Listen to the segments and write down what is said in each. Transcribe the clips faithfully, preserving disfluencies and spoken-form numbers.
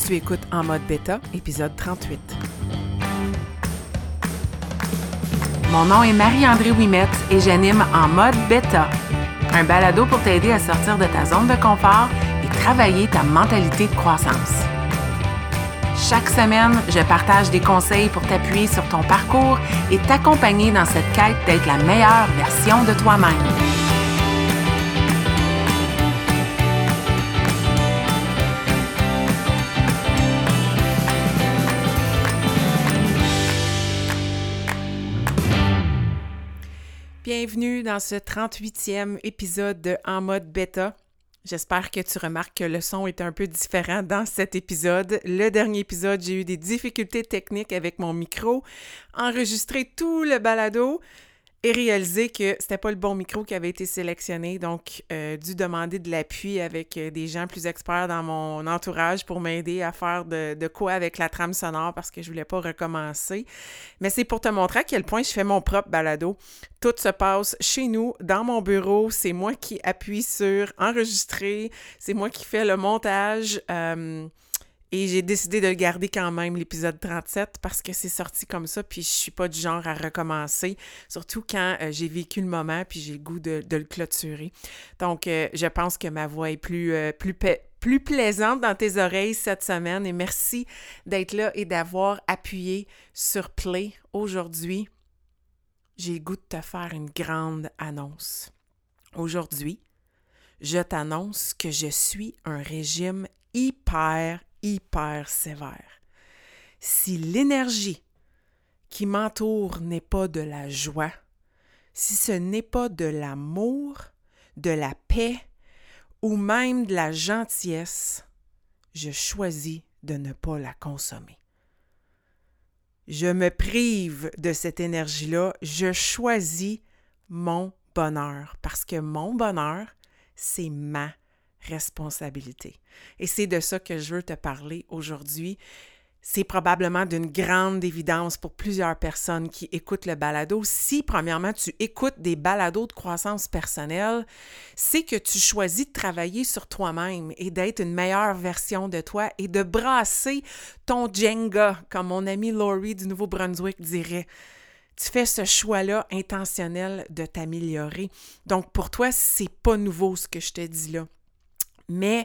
Tu écoutes En mode bêta, épisode trente-huit. Mon nom est Marie-André Ouimet et j'anime En mode bêta, un balado pour t'aider à sortir de ta zone de confort et travailler ta mentalité de croissance. Chaque semaine, je partage des conseils pour t'appuyer sur ton parcours et t'accompagner dans cette quête d'être la meilleure version de toi-même. Bienvenue dans ce trente-huitième épisode de En mode bêta. J'espère que tu remarques que le son est un peu différent dans cet épisode. Le dernier épisode, j'ai eu des difficultés techniques avec mon micro, enregistré tout le balado et réalisé que c'était pas le bon micro qui avait été sélectionné, donc euh, dû demander de l'appui avec euh, des gens plus experts dans mon entourage pour m'aider à faire de, de quoi avec la trame sonore parce que je voulais pas recommencer. Mais c'est pour te montrer à quel point je fais mon propre balado. Tout se passe chez nous, dans mon bureau. C'est moi qui appuie sur enregistrer. C'est moi qui fais le montage. Euh, et j'ai décidé de le garder quand même, l'épisode trente-sept, parce que c'est sorti comme ça, puis je suis pas du genre à recommencer, surtout quand euh, j'ai vécu le moment, puis j'ai le goût de, de le clôturer. Donc, euh, je pense que ma voix est plus, euh, plus, pa- plus plaisante dans tes oreilles cette semaine, et merci d'être là et d'avoir appuyé sur Play aujourd'hui. J'ai le goût de te faire une grande annonce. Aujourd'hui, je t'annonce que je suis un régime hyper, hyper sévère. Si l'énergie qui m'entoure n'est pas de la joie, si ce n'est pas de l'amour, de la paix ou même de la gentillesse, je choisis de ne pas la consommer. Je me prive de cette énergie-là, je choisis mon bonheur parce que mon bonheur, c'est ma responsabilité. Et c'est de ça que je veux te parler aujourd'hui. C'est probablement d'une grande évidence pour plusieurs personnes qui écoutent le balado. Si, premièrement, tu écoutes des balados de croissance personnelle, c'est que tu choisis de travailler sur toi-même et d'être une meilleure version de toi et de brasser ton Jenga, comme mon amie Laurie du Nouveau-Brunswick dirait. Tu fais ce choix-là intentionnel de t'améliorer. Donc, pour toi, c'est pas nouveau ce que je te dis là. Mais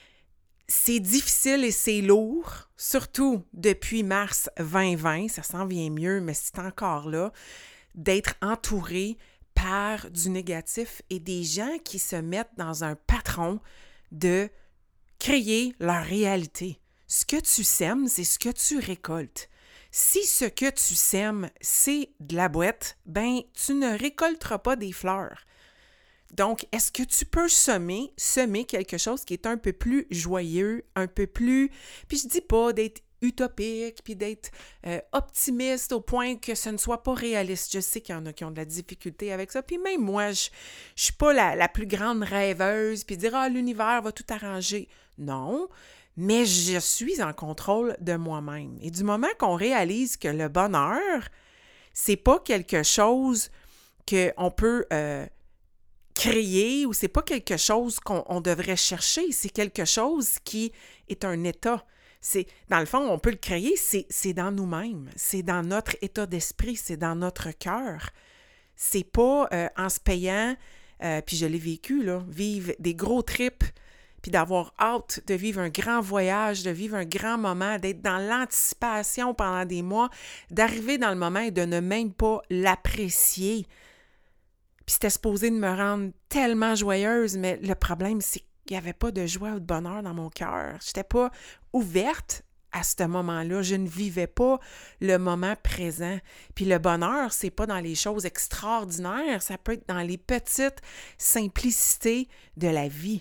c'est difficile et c'est lourd, surtout depuis mars vingt vingt, ça s'en vient mieux, mais c'est encore là, d'être entouré par du négatif et des gens qui se mettent dans un patron de créer leur réalité. Ce que tu sèmes, c'est ce que tu récoltes. Si ce que tu sèmes, c'est de la boîte, ben tu ne récolteras pas des fleurs. Donc, est-ce que tu peux semer, semer quelque chose qui est un peu plus joyeux, un peu plus... Puis je dis pas d'être utopique, puis d'être euh, optimiste au point que ce ne soit pas réaliste. Je sais qu'il y en a qui ont de la difficulté avec ça. Puis même moi, je ne suis pas la, la plus grande rêveuse, puis dire « Ah, l'univers va tout arranger ». Non, mais je suis en contrôle de moi-même. Et du moment qu'on réalise que le bonheur, c'est pas quelque chose qu'on peut... Euh, créer ou c'est pas quelque chose qu'on on devrait chercher, c'est quelque chose qui est un état. C'est, dans le fond, on peut le créer, c'est, c'est dans nous-mêmes, c'est dans notre état d'esprit, c'est dans notre cœur. C'est pas euh, en se payant, euh, puis je l'ai vécu, là, vivre des gros trips, puis d'avoir hâte de vivre un grand voyage, de vivre un grand moment, d'être dans l'anticipation pendant des mois, d'arriver dans le moment et de ne même pas l'apprécier. Puis c'était supposé de me rendre tellement joyeuse, mais le problème, c'est qu'il n'y avait pas de joie ou de bonheur dans mon cœur. Je n'étais pas ouverte à ce moment-là. Je ne vivais pas le moment présent. Puis le bonheur, c'est pas dans les choses extraordinaires, ça peut être dans les petites simplicités de la vie.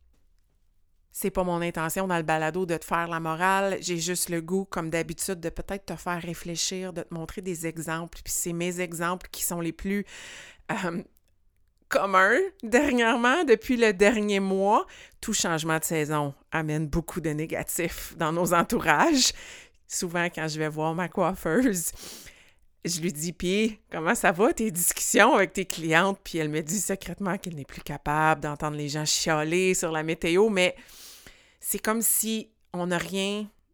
C'est pas mon intention dans le balado de te faire la morale. J'ai juste le goût, comme d'habitude, de peut-être te faire réfléchir, de te montrer des exemples. Puis c'est mes exemples qui sont les plus euh, communs dernièrement, depuis le dernier mois. Tout changement de saison amène beaucoup de négatifs dans nos entourages. Souvent, quand je vais voir ma coiffeuse, je lui dis « Puis, comment ça va, tes discussions avec tes clientes? » Puis elle me dit secrètement qu'elle n'est plus capable d'entendre les gens chialer sur la météo, mais c'est comme si on n'a rien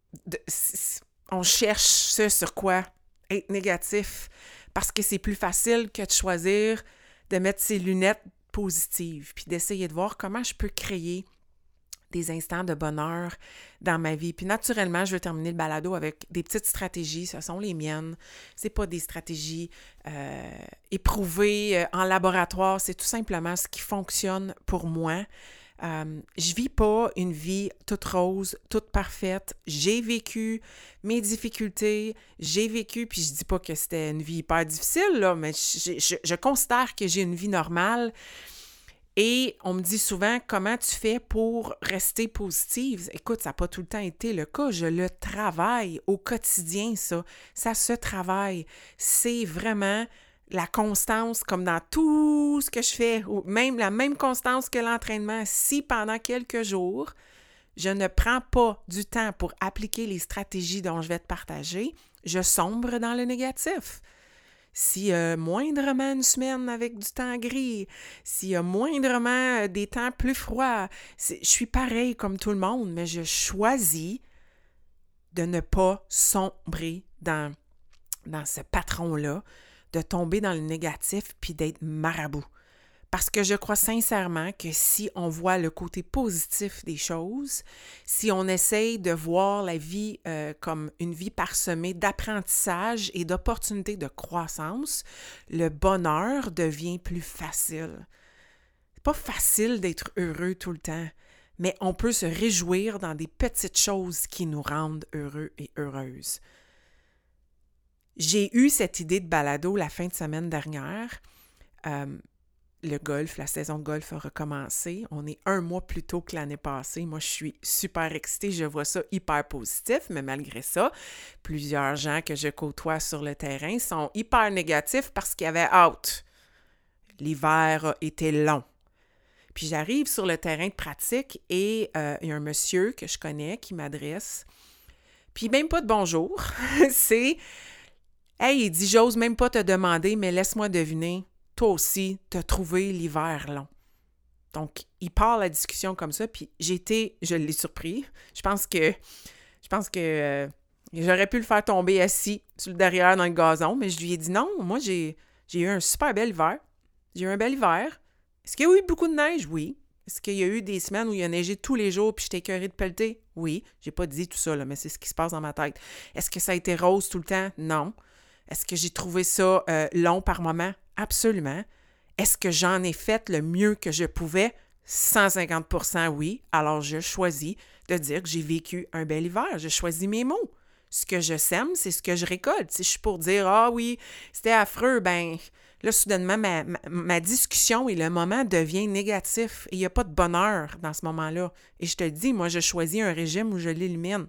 de, on cherche ce sur quoi être négatif parce que c'est plus facile que de choisir de mettre ses lunettes positives puis d'essayer de voir comment je peux créer des instants de bonheur dans ma vie. Puis naturellement, je vais terminer le balado avec des petites stratégies. Ce sont les miennes. C'est pas des stratégies euh, éprouvées euh, en laboratoire. C'est tout simplement ce qui fonctionne pour moi. Euh, je vis pas une vie toute rose, toute parfaite. J'ai vécu mes difficultés. J'ai vécu, puis je dis pas que c'était une vie hyper difficile, là, mais je, je, je considère que j'ai une vie normale. Et on me dit souvent, comment tu fais pour rester positive? Écoute, ça n'a pas tout le temps été le cas. Je le travaille au quotidien, ça. Ça se travaille. C'est vraiment la constance, comme dans tout ce que je fais, ou même la même constance que l'entraînement. Si pendant quelques jours, je ne prends pas du temps pour appliquer les stratégies dont je vais te partager, je sombre dans le négatif. S'il y a moindrement une semaine avec du temps gris, s'il y a moindrement des temps plus froids, je suis pareil comme tout le monde, mais je choisis de ne pas sombrer dans, dans ce patron-là, de tomber dans le négatif puis d'être marabout. Parce que je crois sincèrement que si on voit le côté positif des choses, si on essaye de voir la vie euh, comme une vie parsemée d'apprentissage et d'opportunités de croissance, le bonheur devient plus facile. C'est pas facile d'être heureux tout le temps, mais on peut se réjouir dans des petites choses qui nous rendent heureux et heureuses. J'ai eu cette idée de balado la fin de semaine dernière. Euh, Le golf, la saison de golf a recommencé. On est un mois plus tôt que l'année passée. Moi, je suis super excitée. Je vois ça hyper positif, mais malgré ça, plusieurs gens que je côtoie sur le terrain sont hyper négatifs parce qu'ils avaient hâte. L'hiver a été long. Puis j'arrive sur le terrain de pratique et euh, il y a un monsieur que je connais qui m'adresse. Puis même pas de bonjour. C'est « Hey, il dit, j'ose même pas te demander, mais laisse-moi deviner. » Toi aussi, t'as trouvé l'hiver long. Donc, il part la discussion comme ça, puis j'ai été, je l'ai surpris. Je pense que, je pense que euh, j'aurais pu le faire tomber assis sur le derrière dans le gazon, mais je lui ai dit non, moi, j'ai, j'ai eu un super bel hiver. J'ai eu un bel hiver. Est-ce qu'il y a eu beaucoup de neige? Oui. Est-ce qu'il y a eu des semaines où il a neigé tous les jours puis j'étais écœurée de pelleter? Oui. J'ai pas dit tout ça, là, mais c'est ce qui se passe dans ma tête. Est-ce que ça a été rose tout le temps? Non. Est-ce que j'ai trouvé ça euh, long par moment? Absolument. Est-ce que j'en ai fait le mieux que je pouvais? cent cinquante pour cent oui. Alors, je choisis de dire que j'ai vécu un bel hiver. Je choisis mes mots. Ce que je sème, c'est ce que je récolte. Si je suis pour dire « Ah oui, c'était affreux », ben là, soudainement, ma, ma, ma discussion et le moment devient négatif. Et il n'y a pas de bonheur dans ce moment-là. Et je te le dis, moi, je choisis un régime où je l'élimine.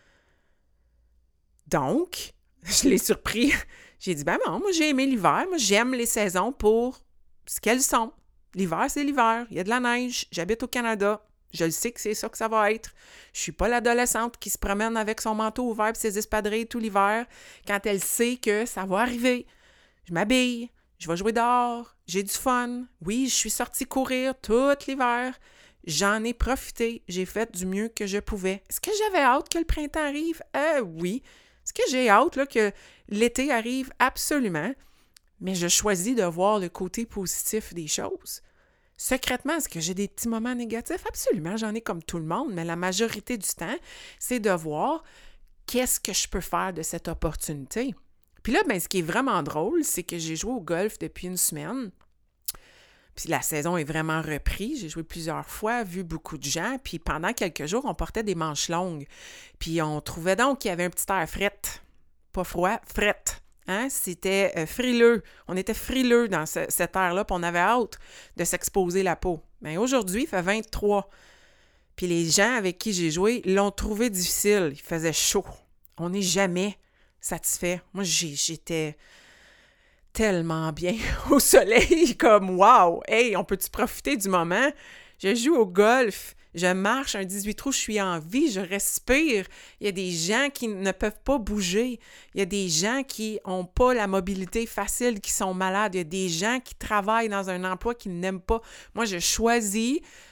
Donc, je l'ai surpris. J'ai dit, ben non, moi j'ai aimé l'hiver. Moi, j'aime les saisons pour ce qu'elles sont. L'hiver, c'est l'hiver. Il y a de la neige. J'habite au Canada. Je le sais que c'est ça que ça va être. Je suis pas l'adolescente qui se promène avec son manteau ouvert et ses espadrilles tout l'hiver quand elle sait que ça va arriver. Je m'habille. Je vais jouer dehors. J'ai du fun. Oui, je suis sortie courir tout l'hiver. J'en ai profité. J'ai fait du mieux que je pouvais. Est-ce que j'avais hâte que le printemps arrive? Euh, oui. Est-ce que j'ai hâte là, que l'été arrive? Absolument. Mais je choisis de voir le côté positif des choses. Secrètement, est-ce que j'ai des petits moments négatifs? Absolument, j'en ai comme tout le monde, mais la majorité du temps, c'est de voir qu'est-ce que je peux faire de cette opportunité. Puis là, ben, ce qui est vraiment drôle, c'est que j'ai joué au golf depuis une semaine. Puis la saison est vraiment reprise. J'ai joué plusieurs fois, vu beaucoup de gens. Puis pendant quelques jours, on portait des manches longues. Puis on trouvait donc qu'il y avait un petit air fret. Pas froid, fret. Hein? C'était euh, frileux. On était frileux dans ce, cet air-là, puis on avait hâte de s'exposer la peau. Mais aujourd'hui, il fait vingt-trois. Puis les gens avec qui j'ai joué l'ont trouvé difficile. Il faisait chaud. On n'est jamais satisfait. Moi, j'ai, j'étais tellement bien au soleil, comme « Wow! Hey, on peut-tu profiter du moment? » Je joue au golf. Je marche un dix-huit trous, je suis en vie, je respire. Il y a des gens qui ne peuvent pas bouger. Il y a des gens qui n'ont pas la mobilité facile, qui sont malades. Il y a des gens qui travaillent dans un emploi qu'ils n'aiment pas. Moi, je choisis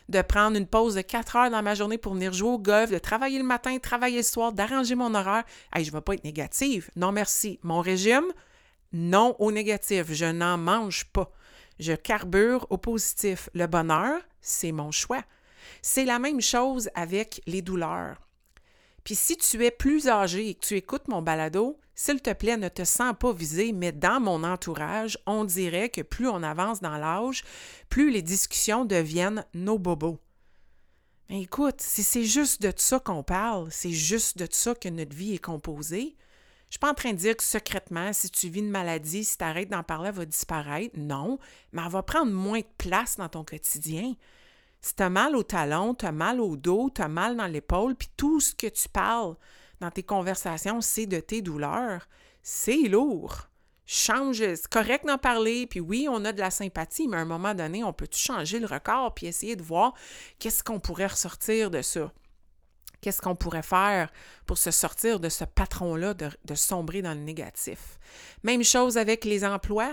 de prendre une pause de quatre heures dans ma journée pour venir jouer au golf, de travailler le matin, travailler le soir, d'arranger mon horaire. Hey, je ne vais pas être négative. Non, merci. Mon régime, non au négatif. Je n'en mange pas. Je carbure au positif. Le bonheur, c'est mon choix. C'est la même chose avec les douleurs. Puis si tu es plus âgé et que tu écoutes mon balado, s'il te plaît, ne te sens pas visé, mais dans mon entourage, on dirait que plus on avance dans l'âge, plus les discussions deviennent nos bobos. Mais écoute, si c'est juste de ça qu'on parle, c'est juste de ça que notre vie est composée, je ne suis pas en train de dire que secrètement, si tu vis une maladie, si tu arrêtes d'en parler, elle va disparaître. Non, mais elle va prendre moins de place dans ton quotidien. Si tu as mal au talon, tu as mal au dos, tu as mal dans l'épaule, puis tout ce que tu parles dans tes conversations, c'est de tes douleurs, c'est lourd. Change, c'est correct d'en parler, puis oui, on a de la sympathie, mais à un moment donné, on peut-tu changer le record puis essayer de voir qu'est-ce qu'on pourrait ressortir de ça? Qu'est-ce qu'on pourrait faire pour se sortir de ce patron-là de, de sombrer dans le négatif? Même chose avec les emplois.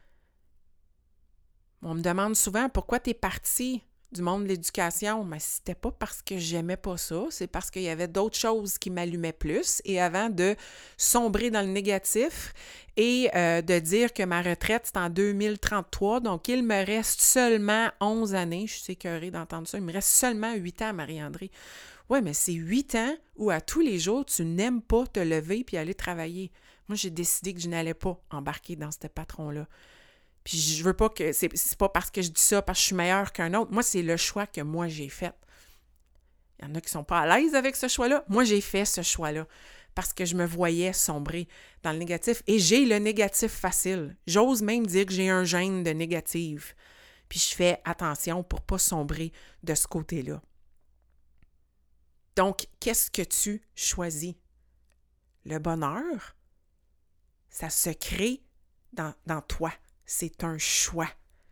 On me demande souvent pourquoi tu es parti du monde de l'éducation, mais c'était pas parce que j'aimais pas ça, c'est parce qu'il y avait d'autres choses qui m'allumaient plus. Et avant de sombrer dans le négatif et euh, de dire que ma retraite, c'est en deux mille trente-trois, donc il me reste seulement onze années, je suis écœurée d'entendre ça, il me reste seulement huit ans, Marie-André. Ouais, mais c'est huit ans où à tous les jours, tu n'aimes pas te lever puis aller travailler. Moi, j'ai décidé que je n'allais pas embarquer dans ce patron-là. Puis je veux pas que... C'est, c'est pas parce que je dis ça, parce que je suis meilleure qu'un autre. Moi, c'est le choix que moi, j'ai fait. Il y en a qui sont pas à l'aise avec ce choix-là. Moi, j'ai fait ce choix-là parce que je me voyais sombrer dans le négatif. Et j'ai le négatif facile. J'ose même dire que j'ai un gène de négative. Puis je fais attention pour pas sombrer de ce côté-là. Donc, qu'est-ce que tu choisis? Le bonheur, ça se crée dans, dans toi. C'est un choix.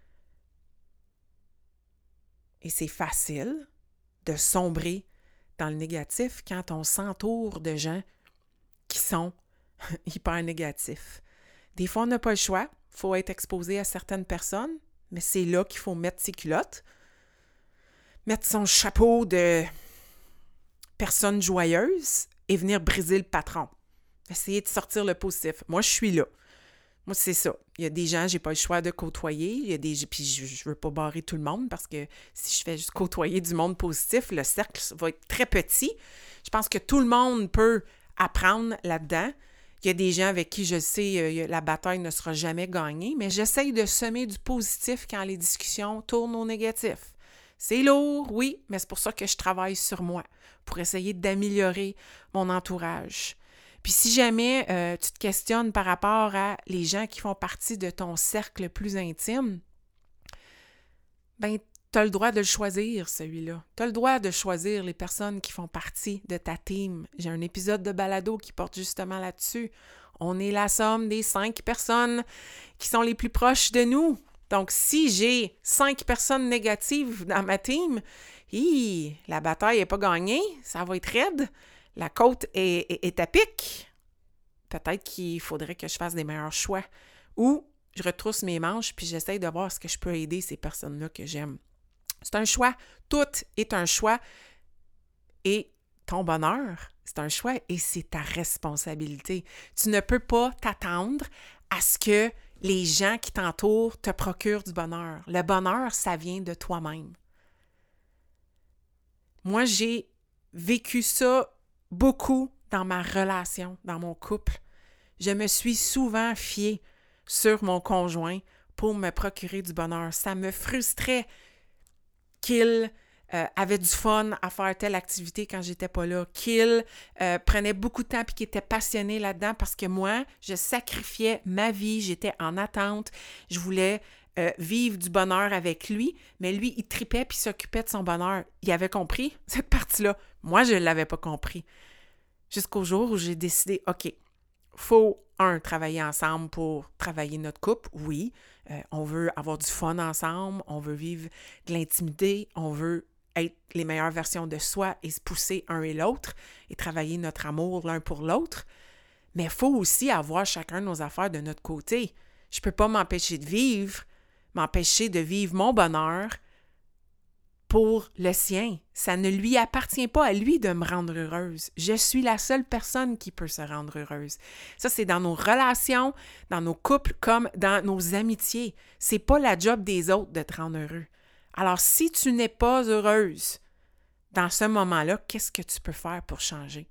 Et c'est facile de sombrer dans le négatif quand on s'entoure de gens qui sont hyper négatifs. Des fois, on n'a pas le choix. Il faut être exposé à certaines personnes, mais c'est là qu'il faut mettre ses culottes, mettre son chapeau de personne joyeuse et venir briser le patron. Essayer de sortir le positif. Moi, je suis là. Moi, c'est ça. Il y a des gens, j'ai pas le choix de côtoyer. Il y a des, puis je, je veux pas barrer tout le monde parce que si je fais juste côtoyer du monde positif, le cercle va être très petit. Je pense que tout le monde peut apprendre là-dedans. Il y a des gens avec qui je sais la bataille ne sera jamais gagnée, mais j'essaye de semer du positif quand les discussions tournent au négatif. C'est lourd, oui, mais c'est pour ça que je travaille sur moi, pour essayer d'améliorer mon entourage. Puis si jamais euh, tu te questionnes par rapport à les gens qui font partie de ton cercle plus intime, ben tu as le droit de le choisir, celui-là. Tu as le droit de choisir les personnes qui font partie de ta team. J'ai un épisode de balado qui porte justement là-dessus. On est la somme des cinq personnes qui sont les plus proches de nous. Donc, si j'ai cinq personnes négatives dans ma team, hi, la bataille n'est pas gagnée, ça va être raide. La côte est, est, est à pic. Peut-être qu'il faudrait que je fasse des meilleurs choix. Ou je retrousse mes manches puis j'essaie de voir ce que je peux aider ces personnes-là que j'aime. C'est un choix. Tout est un choix. Et ton bonheur, c'est un choix et c'est ta responsabilité. Tu ne peux pas t'attendre à ce que les gens qui t'entourent te procurent du bonheur. Le bonheur, ça vient de toi-même. Moi, j'ai vécu ça beaucoup dans ma relation, dans mon couple. Je me suis souvent fiée sur mon conjoint pour me procurer du bonheur. Ça me frustrait qu'il euh, avait du fun à faire telle activité quand j'étais pas là, qu'il euh, prenait beaucoup de temps et qu'il était passionné là-dedans parce que moi, je sacrifiais ma vie, j'étais en attente, je voulais euh, vivre du bonheur avec lui, mais lui, il tripait puis s'occupait de son bonheur. Il avait compris cette partie-là. Moi, je ne l'avais pas compris. Jusqu'au jour où j'ai décidé, OK, faut, un, travailler ensemble pour travailler notre couple, oui. Euh, on veut avoir du fun ensemble, on veut vivre de l'intimité, on veut être les meilleures versions de soi et se pousser un et l'autre et travailler notre amour l'un pour l'autre. Mais il faut aussi avoir chacun nos affaires de notre côté. Je ne peux pas m'empêcher de vivre, m'empêcher de vivre mon bonheur pour le sien. Ça ne lui appartient pas à lui de me rendre heureuse. Je suis la seule personne qui peut se rendre heureuse. Ça, c'est dans nos relations, dans nos couples, comme dans nos amitiés. C'est pas la job des autres de te rendre heureux. Alors, si tu n'es pas heureuse dans ce moment-là, qu'est-ce que tu peux faire pour changer?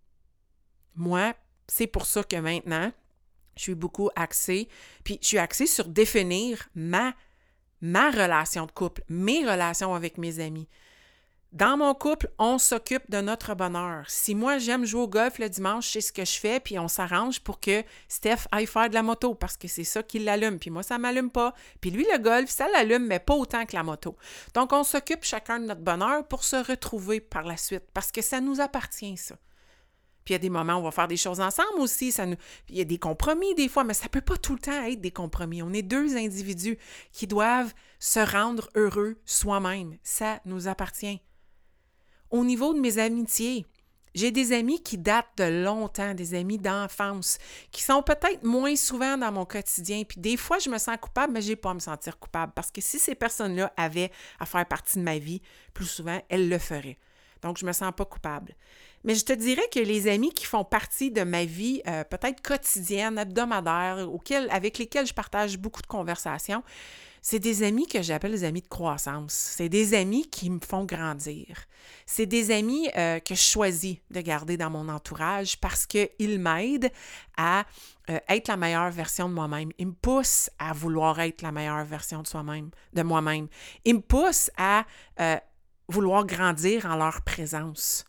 Moi, c'est pour ça que maintenant, je suis beaucoup axée, puis je suis axée sur définir ma, ma relation de couple, mes relations avec mes amis. Dans mon couple, on s'occupe de notre bonheur. Si moi, j'aime jouer au golf le dimanche, c'est ce que je fais, puis on s'arrange pour que Steph aille faire de la moto, parce que c'est ça qui l'allume. Puis moi, ça ne m'allume pas. Puis lui, le golf, ça l'allume, mais pas autant que la moto. Donc, on s'occupe chacun de notre bonheur pour se retrouver par la suite, parce que ça nous appartient, ça. Puis il y a des moments où on va faire des choses ensemble aussi. Ça nous... Il y a des compromis des fois, mais ça ne peut pas tout le temps être des compromis. On est deux individus qui doivent se rendre heureux soi-même. Ça nous appartient. Au niveau de mes amitiés, j'ai des amis qui datent de longtemps, des amis d'enfance, qui sont peut-être moins souvent dans mon quotidien. Puis des fois, je me sens coupable, mais je n'ai pas à me sentir coupable. Parce que si ces personnes-là avaient à faire partie de ma vie, plus souvent, elles le feraient. Donc, je ne me sens pas coupable. Mais je te dirais que les amis qui font partie de ma vie euh, peut-être quotidienne, hebdomadaire, auquel, avec lesquels je partage beaucoup de conversations, c'est des amis que j'appelle des amis de croissance. C'est des amis qui me font grandir. C'est des amis euh, que je choisis de garder dans mon entourage parce qu'ils m'aident à euh, être la meilleure version de moi-même. Ils me poussent à vouloir être la meilleure version de soi-même, de moi-même. Ils me poussent à euh, vouloir grandir en leur présence.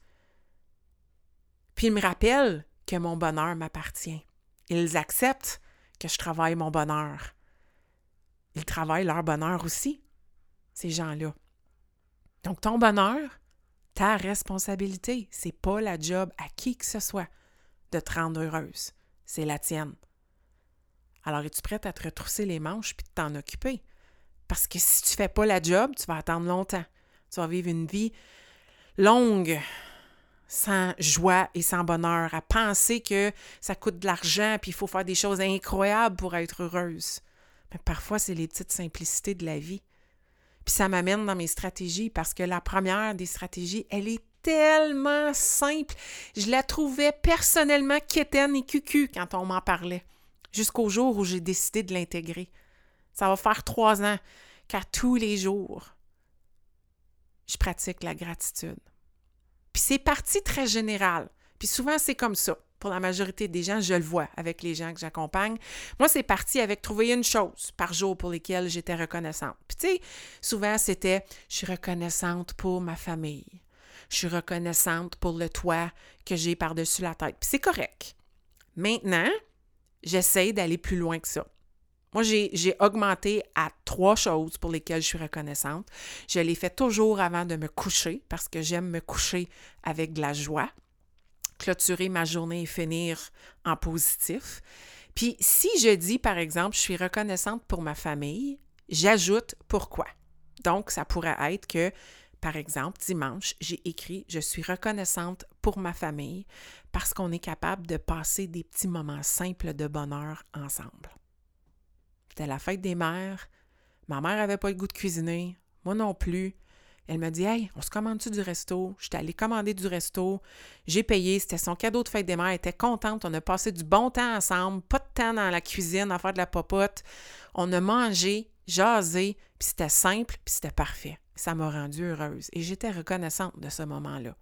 Puis ils me rappellent que mon bonheur m'appartient. Ils acceptent que je travaille mon bonheur. Ils travaillent leur bonheur aussi, ces gens-là. Donc, ton bonheur, ta responsabilité, c'est pas la job à qui que ce soit de te rendre heureuse. C'est la tienne. Alors, es-tu prête à te retrousser les manches puis de t'en occuper? Parce que si tu fais pas la job, tu vas attendre longtemps. Tu vas vivre une vie longue, sans joie et sans bonheur, à penser que ça coûte de l'argent puis il faut faire des choses incroyables pour être heureuse. Mais parfois, c'est les petites simplicités de la vie. Puis ça m'amène dans mes stratégies parce que la première des stratégies, elle est tellement simple. Je la trouvais personnellement quétaine et cucu quand on m'en parlait, jusqu'au jour où j'ai décidé de l'intégrer. Ça va faire trois ans qu'à tous les jours, je pratique la gratitude. Puis c'est parti très général. Puis souvent, c'est comme ça. Pour la majorité des gens, je le vois avec les gens que j'accompagne. Moi, c'est parti avec trouver une chose par jour pour lesquelles j'étais reconnaissante. Puis tu sais, souvent, c'était « je suis reconnaissante pour ma famille. Je suis reconnaissante pour le toit que j'ai par-dessus la tête. » Puis c'est correct. Maintenant, j'essaie d'aller plus loin que ça. Moi, j'ai, j'ai augmenté à trois choses pour lesquelles je suis reconnaissante. Je les fais toujours avant de me coucher parce que j'aime me coucher avec de la joie, clôturer ma journée et finir en positif. Puis si je dis, par exemple, je suis reconnaissante pour ma famille, j'ajoute pourquoi. Donc, ça pourrait être que, par exemple, dimanche, j'ai écrit « Je suis reconnaissante pour ma famille parce qu'on est capable de passer des petits moments simples de bonheur ensemble. » C'était la fête des mères. Ma mère n'avait pas le goût de cuisiner. Moi non plus. Elle m'a dit « Hey, on se commande-tu du resto? » J'étais allée commander du resto. J'ai payé. C'était son cadeau de fête des mères. Elle était contente. On a passé du bon temps ensemble. Pas de temps dans la cuisine à faire de la popote. On a mangé, jasé. Puis c'était simple, puis c'était parfait. Ça m'a rendue heureuse. Et j'étais reconnaissante de ce moment-là.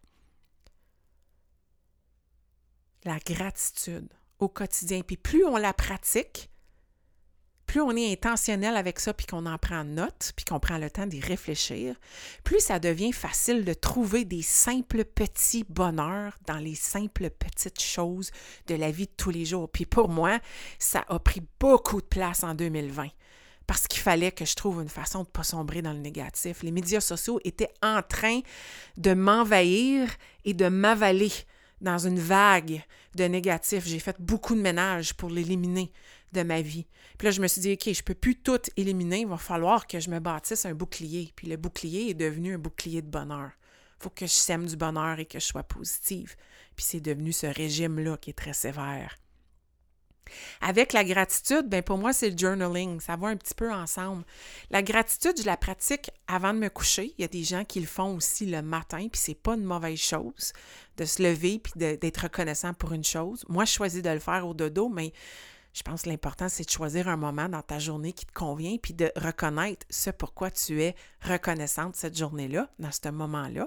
La gratitude au quotidien. Puis plus on la pratique, plus on est intentionnel avec ça, puis qu'on en prend note, puis qu'on prend le temps d'y réfléchir, plus ça devient facile de trouver des simples petits bonheurs dans les simples petites choses de la vie de tous les jours. Puis pour moi, ça a pris beaucoup de place en deux mille vingt, parce qu'il fallait que je trouve une façon de ne pas sombrer dans le négatif. Les médias sociaux étaient en train de m'envahir et de m'avaler dans une vague de négatif. J'ai fait beaucoup de ménage pour l'éliminer de ma vie. Puis là, je me suis dit, OK, je ne peux plus tout éliminer, il va falloir que je me bâtisse un bouclier. Puis le bouclier est devenu un bouclier de bonheur. Il faut que je sème du bonheur et que je sois positive. Puis c'est devenu ce régime-là qui est très sévère. Avec la gratitude, ben pour moi, c'est le journaling. Ça va un petit peu ensemble. La gratitude, je la pratique avant de me coucher. Il y a des gens qui le font aussi le matin, puis c'est pas une mauvaise chose de se lever puis de, d'être reconnaissant pour une chose. Moi, je choisis de le faire au dodo, mais je pense que l'important, c'est de choisir un moment dans ta journée qui te convient puis de reconnaître ce pourquoi tu es reconnaissante cette journée-là, dans ce moment-là.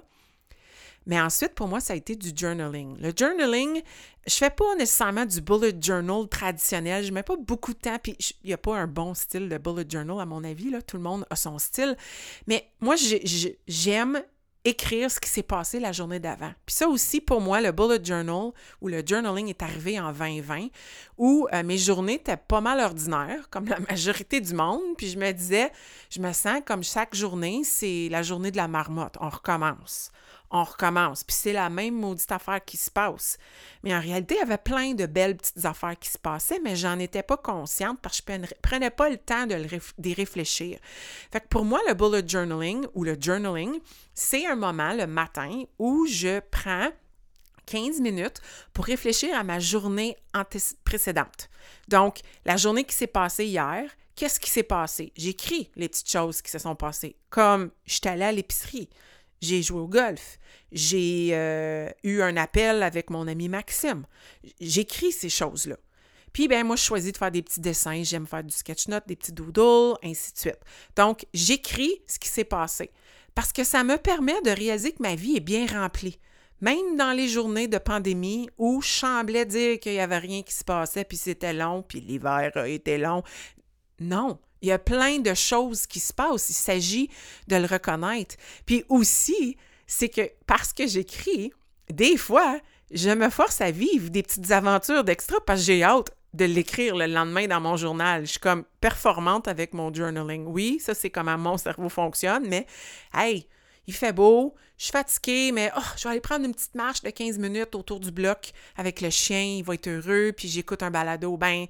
Mais ensuite, pour moi, ça a été du journaling. Le journaling, je fais pas nécessairement du bullet journal traditionnel. Je mets pas beaucoup de temps, puis il n'y a pas un bon style de bullet journal, à mon avis. Là. Tout le monde a son style. Mais moi, j'ai, j'aime écrire ce qui s'est passé la journée d'avant. Puis ça aussi, pour moi, le bullet journal ou le journaling est arrivé en vingt vingt, où euh, mes journées étaient pas mal ordinaires, comme la majorité du monde. Puis je me disais, je me sens comme chaque journée, c'est la journée de la marmotte. On recommence. On recommence. Puis c'est la même maudite affaire qui se passe. Mais en réalité, il y avait plein de belles petites affaires qui se passaient, mais j'en étais pas consciente parce que je ne prenais pas le temps de réf- d'y réfléchir. Fait que pour moi, le bullet journaling ou le journaling, c'est un moment le matin où je prends quinze minutes pour réfléchir à ma journée anté- précédente. Donc, la journée qui s'est passée hier, qu'est-ce qui s'est passé? J'écris les petites choses qui se sont passées, comme je suis allée à l'épicerie. J'ai joué au golf. J'ai euh, eu un appel avec mon ami Maxime. J'écris ces choses-là. Puis, ben moi, je choisis de faire des petits dessins. J'aime faire du sketch note, des petits doodles, ainsi de suite. Donc, j'écris ce qui s'est passé. Parce que ça me permet de réaliser que ma vie est bien remplie. Même dans les journées de pandémie où je semblais dire qu'il n'y avait rien qui se passait, puis c'était long, puis l'hiver a été long. Non. Il y a plein de choses qui se passent. Il s'agit de le reconnaître. Puis aussi, c'est que parce que j'écris, des fois, je me force à vivre des petites aventures d'extra parce que j'ai hâte de l'écrire le lendemain dans mon journal. Je suis comme performante avec mon journaling. Oui, ça, c'est comment mon cerveau fonctionne, mais hey, il fait beau, je suis fatiguée, mais oh, je vais aller prendre une petite marche de quinze minutes autour du bloc avec le chien, il va être heureux, puis j'écoute un balado. Ben,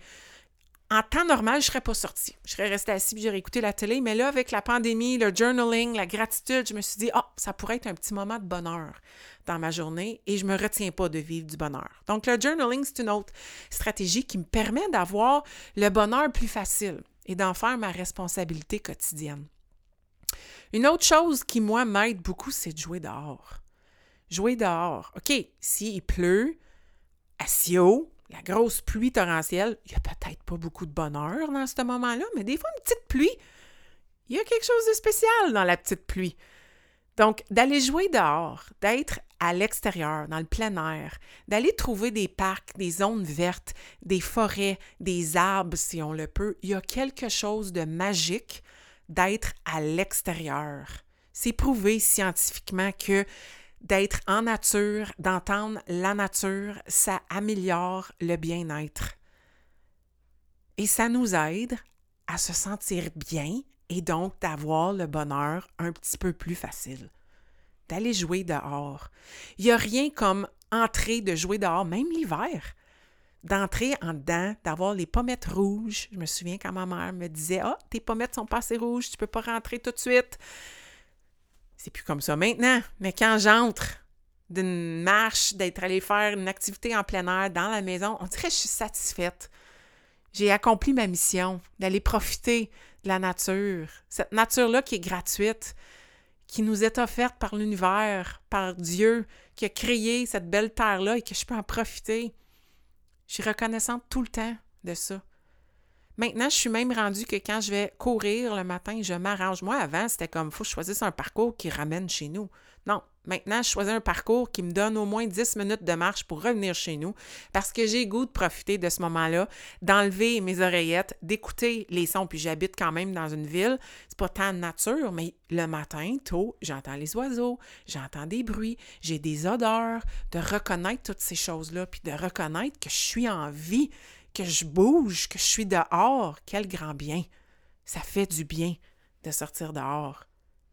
en temps normal, je ne serais pas sortie. Je serais restée assise et j'aurais écouté la télé. Mais là, avec la pandémie, le journaling, la gratitude, je me suis dit, ah, oh, ça pourrait être un petit moment de bonheur dans ma journée et je ne me retiens pas de vivre du bonheur. Donc, le journaling, c'est une autre stratégie qui me permet d'avoir le bonheur plus facile et d'en faire ma responsabilité quotidienne. Une autre chose qui, moi, m'aide beaucoup, c'est de jouer dehors. Jouer dehors. OK, s'il pleut, à si haut, la grosse pluie torrentielle, il n'y a peut-être pas beaucoup de bonheur dans ce moment-là, mais des fois, une petite pluie, il y a quelque chose de spécial dans la petite pluie. Donc, d'aller jouer dehors, d'être à l'extérieur, dans le plein air, d'aller trouver des parcs, des zones vertes, des forêts, des arbres, si on le peut, il y a quelque chose de magique d'être à l'extérieur. C'est prouvé scientifiquement que d'être en nature, d'entendre la nature, ça améliore le bien-être. Et ça nous aide à se sentir bien et donc d'avoir le bonheur un petit peu plus facile. D'aller jouer dehors. Il n'y a rien comme entrer de jouer dehors, même l'hiver. D'entrer en dedans, d'avoir les pommettes rouges. Je me souviens quand ma mère me disait « Ah, tes pommettes sont pas assez rouges, tu peux pas rentrer tout de suite. » C'est plus comme ça maintenant, mais quand j'entre d'une marche, d'être allée faire une activité en plein air dans la maison, on dirait que je suis satisfaite. J'ai accompli ma mission d'aller profiter de la nature. Cette nature-là qui est gratuite, qui nous est offerte par l'univers, par Dieu, qui a créé cette belle terre-là et que je peux en profiter. Je suis reconnaissante tout le temps de ça. Maintenant, je suis même rendue que quand je vais courir le matin, je m'arrange. Moi, avant, c'était comme, il faut que je choisisse un parcours qui ramène chez nous. Non, maintenant, je choisis un parcours qui me donne au moins dix minutes de marche pour revenir chez nous parce que j'ai goût de profiter de ce moment-là, d'enlever mes oreillettes, d'écouter les sons. Puis j'habite quand même dans une ville. C'est pas tant de nature, mais le matin, tôt, j'entends les oiseaux, j'entends des bruits, j'ai des odeurs, de reconnaître toutes ces choses-là, puis de reconnaître que je suis en vie, que je bouge, que je suis dehors. Quel grand bien! Ça fait du bien de sortir dehors.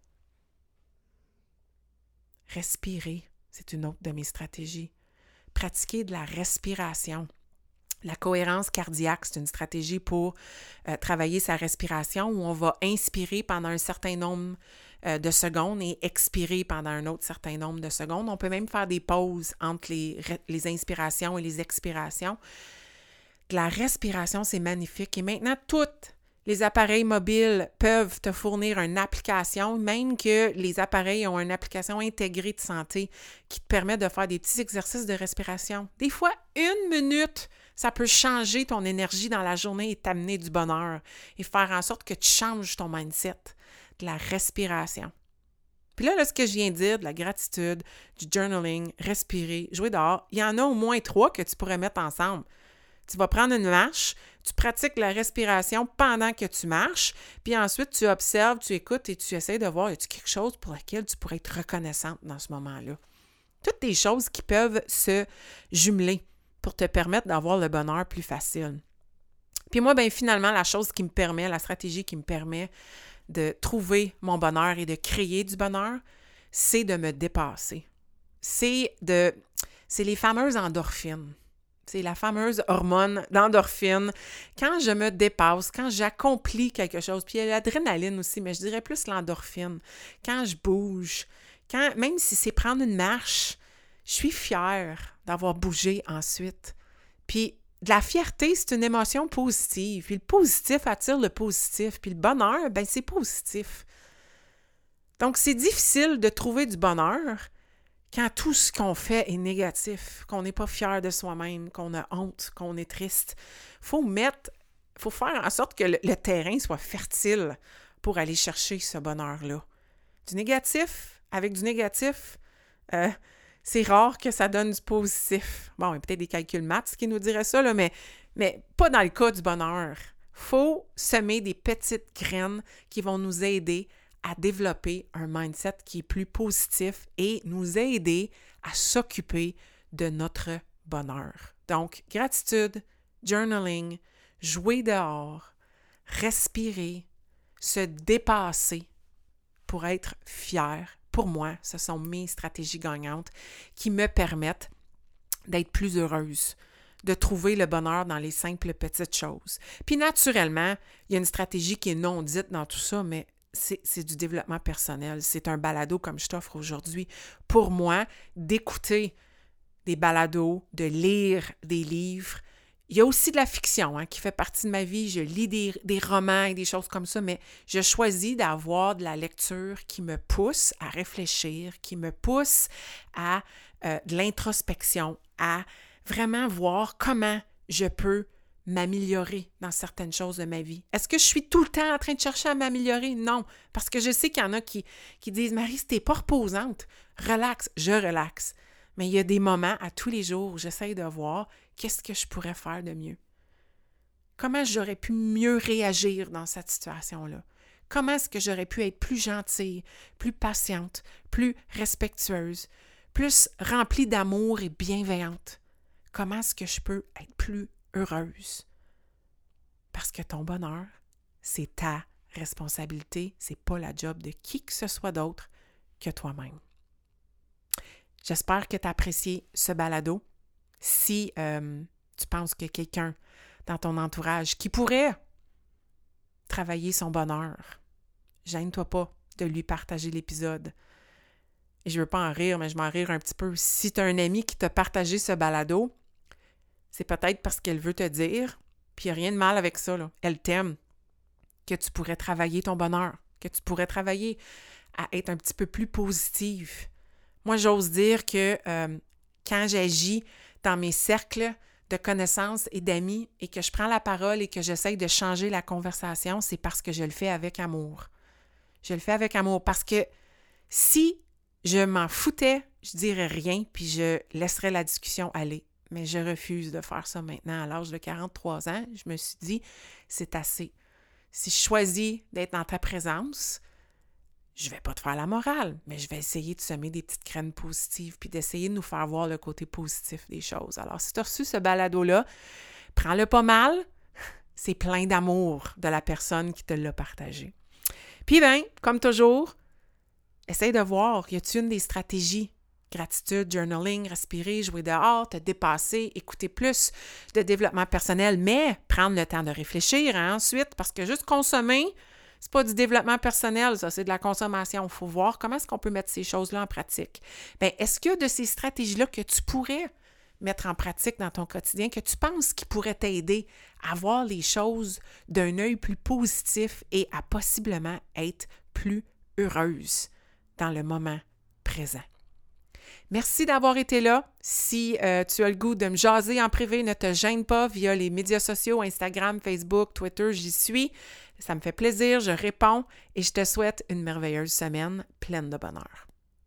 Respirer, c'est une autre de mes stratégies. Pratiquer de la respiration. La cohérence cardiaque, c'est une stratégie pour euh, travailler sa respiration où on va inspirer pendant un certain nombre euh, de secondes et expirer pendant un autre certain nombre de secondes. On peut même faire des pauses entre les, les inspirations et les expirations. de la respiration, c'est magnifique. Et maintenant, tous les appareils mobiles peuvent te fournir une application, même que les appareils ont une application intégrée de santé qui te permet de faire des petits exercices de respiration. Des fois, une minute, ça peut changer ton énergie dans la journée et t'amener du bonheur et faire en sorte que tu changes ton mindset, de la respiration. Puis là, là, ce que je viens de dire, de la gratitude, du journaling, respirer, jouer dehors, il y en a au moins trois que tu pourrais mettre ensemble. Tu vas prendre une marche, tu pratiques la respiration pendant que tu marches, puis ensuite tu observes, tu écoutes et tu essaies de voir, y a-t-il quelque chose pour lequel tu pourrais être reconnaissante dans ce moment-là. Toutes des choses qui peuvent se jumeler pour te permettre d'avoir le bonheur plus facile. Puis moi, bien finalement, la chose qui me permet, la stratégie qui me permet de trouver mon bonheur et de créer du bonheur, c'est de me dépasser. C'est de, c'est les fameuses endorphines. C'est la fameuse hormone d'endorphine. Quand je me dépasse, quand j'accomplis quelque chose, puis il y a l'adrénaline aussi, mais je dirais plus l'endorphine. Quand je bouge, quand, même si c'est prendre une marche, je suis fière d'avoir bougé ensuite. Puis de la fierté, c'est une émotion positive. Puis le positif attire le positif. Puis le bonheur, ben c'est positif. Donc c'est difficile de trouver du bonheur quand tout ce qu'on fait est négatif, qu'on n'est pas fier de soi-même, qu'on a honte, qu'on est triste. Il faut mettre, faut faire en sorte que le, le terrain soit fertile pour aller chercher ce bonheur-là. Du négatif avec du négatif, euh, c'est rare que ça donne du positif. Bon, il y a peut-être des calculs maths qui nous diraient ça, là, mais, mais pas dans le cas du bonheur. Il faut semer des petites graines qui vont nous aider à développer un mindset qui est plus positif et nous aider à s'occuper de notre bonheur. Donc, gratitude, journaling, jouer dehors, respirer, se dépasser pour être fier. Pour moi, ce sont mes stratégies gagnantes qui me permettent d'être plus heureuse, de trouver le bonheur dans les simples petites choses. Puis naturellement, il y a une stratégie qui est non dite dans tout ça, mais c'est, c'est du développement personnel. C'est un balado comme je t'offre aujourd'hui. Pour moi, d'écouter des balados, de lire des livres. Il y a aussi de la fiction hein, qui fait partie de ma vie. Je lis des, des romans et des choses comme ça, mais je choisis d'avoir de la lecture qui me pousse à réfléchir, qui me pousse à euh, de l'introspection, à vraiment voir comment je peux m'améliorer dans certaines choses de ma vie. Est-ce que je suis tout le temps en train de chercher à m'améliorer? Non, parce que je sais qu'il y en a qui, qui disent « Marie, si t'es pas reposante, relax. » Je relaxe. Mais il y a des moments à tous les jours où j'essaie de voir qu'est-ce que je pourrais faire de mieux. Comment j'aurais pu mieux réagir dans cette situation-là? Comment est-ce que j'aurais pu être plus gentille, plus patiente, plus respectueuse, plus remplie d'amour et bienveillante? Comment est-ce que je peux être plus heureuse? Parce que ton bonheur, c'est ta responsabilité, c'est pas la job de qui que ce soit d'autre que toi-même. J'espère que tu as apprécié ce balado. Si euh, tu penses que quelqu'un dans ton entourage qui pourrait travailler son bonheur, gêne-toi pas de lui partager l'épisode. Et je veux pas en rire, mais je m'en rire un petit peu. Si tu as un ami qui t'a partagé ce balado, c'est peut-être parce qu'elle veut te dire, puis il n'y a rien de mal avec ça, là. Elle t'aime, que tu pourrais travailler ton bonheur, que tu pourrais travailler à être un petit peu plus positive. Moi, j'ose dire que euh, quand j'agis dans mes cercles de connaissances et d'amis et que je prends la parole et que j'essaye de changer la conversation, c'est parce que je le fais avec amour. Je le fais avec amour parce que si je m'en foutais, je dirais rien puis je laisserais la discussion aller. Mais je refuse de faire ça maintenant. À l'âge de quarante-trois ans, je me suis dit, c'est assez. Si je choisis d'être dans ta présence, je ne vais pas te faire la morale, mais je vais essayer de semer des petites graines positives puis d'essayer de nous faire voir le côté positif des choses. Alors, si tu as reçu ce balado-là, prends-le pas mal. C'est plein d'amour de la personne qui te l'a partagé. Puis bien, comme toujours, essaye de voir, y a-t-il une des stratégies? Gratitude, journaling, respirer, jouer dehors, te dépasser, écouter plus de développement personnel, mais prendre le temps de réfléchir hein, ensuite, parce que juste consommer, c'est pas du développement personnel, ça, c'est de la consommation. Il faut voir comment est-ce qu'on peut mettre ces choses-là en pratique. Bien, est-ce qu'il y a de ces stratégies-là que tu pourrais mettre en pratique dans ton quotidien que tu penses qui pourrait t'aider à voir les choses d'un œil plus positif et à possiblement être plus heureuse dans le moment présent. Merci d'avoir été là. Si euh, tu as le goût de me jaser en privé, ne te gêne pas via les médias sociaux, Instagram, Facebook, Twitter, j'y suis. Ça me fait plaisir, je réponds et je te souhaite une merveilleuse semaine pleine de bonheur.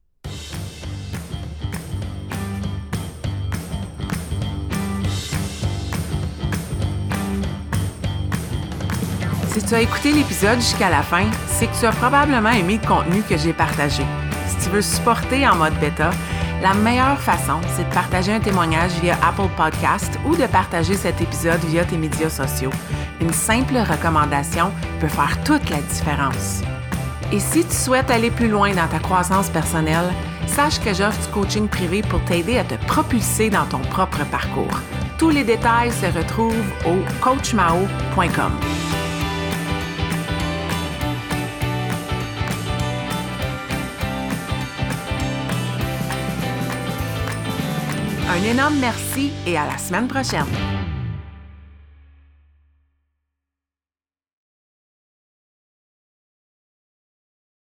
Si tu as écouté l'épisode jusqu'à la fin, c'est que tu as probablement aimé le contenu que j'ai partagé. Si tu veux supporter en mode bêta, la meilleure façon, c'est de partager un témoignage via Apple Podcast ou de partager cet épisode via tes médias sociaux. Une simple recommandation peut faire toute la différence. Et si tu souhaites aller plus loin dans ta croissance personnelle, sache que j'offre du coaching privé pour t'aider à te propulser dans ton propre parcours. Tous les détails se retrouvent au coach mao point com. Un énorme merci et à la semaine prochaine!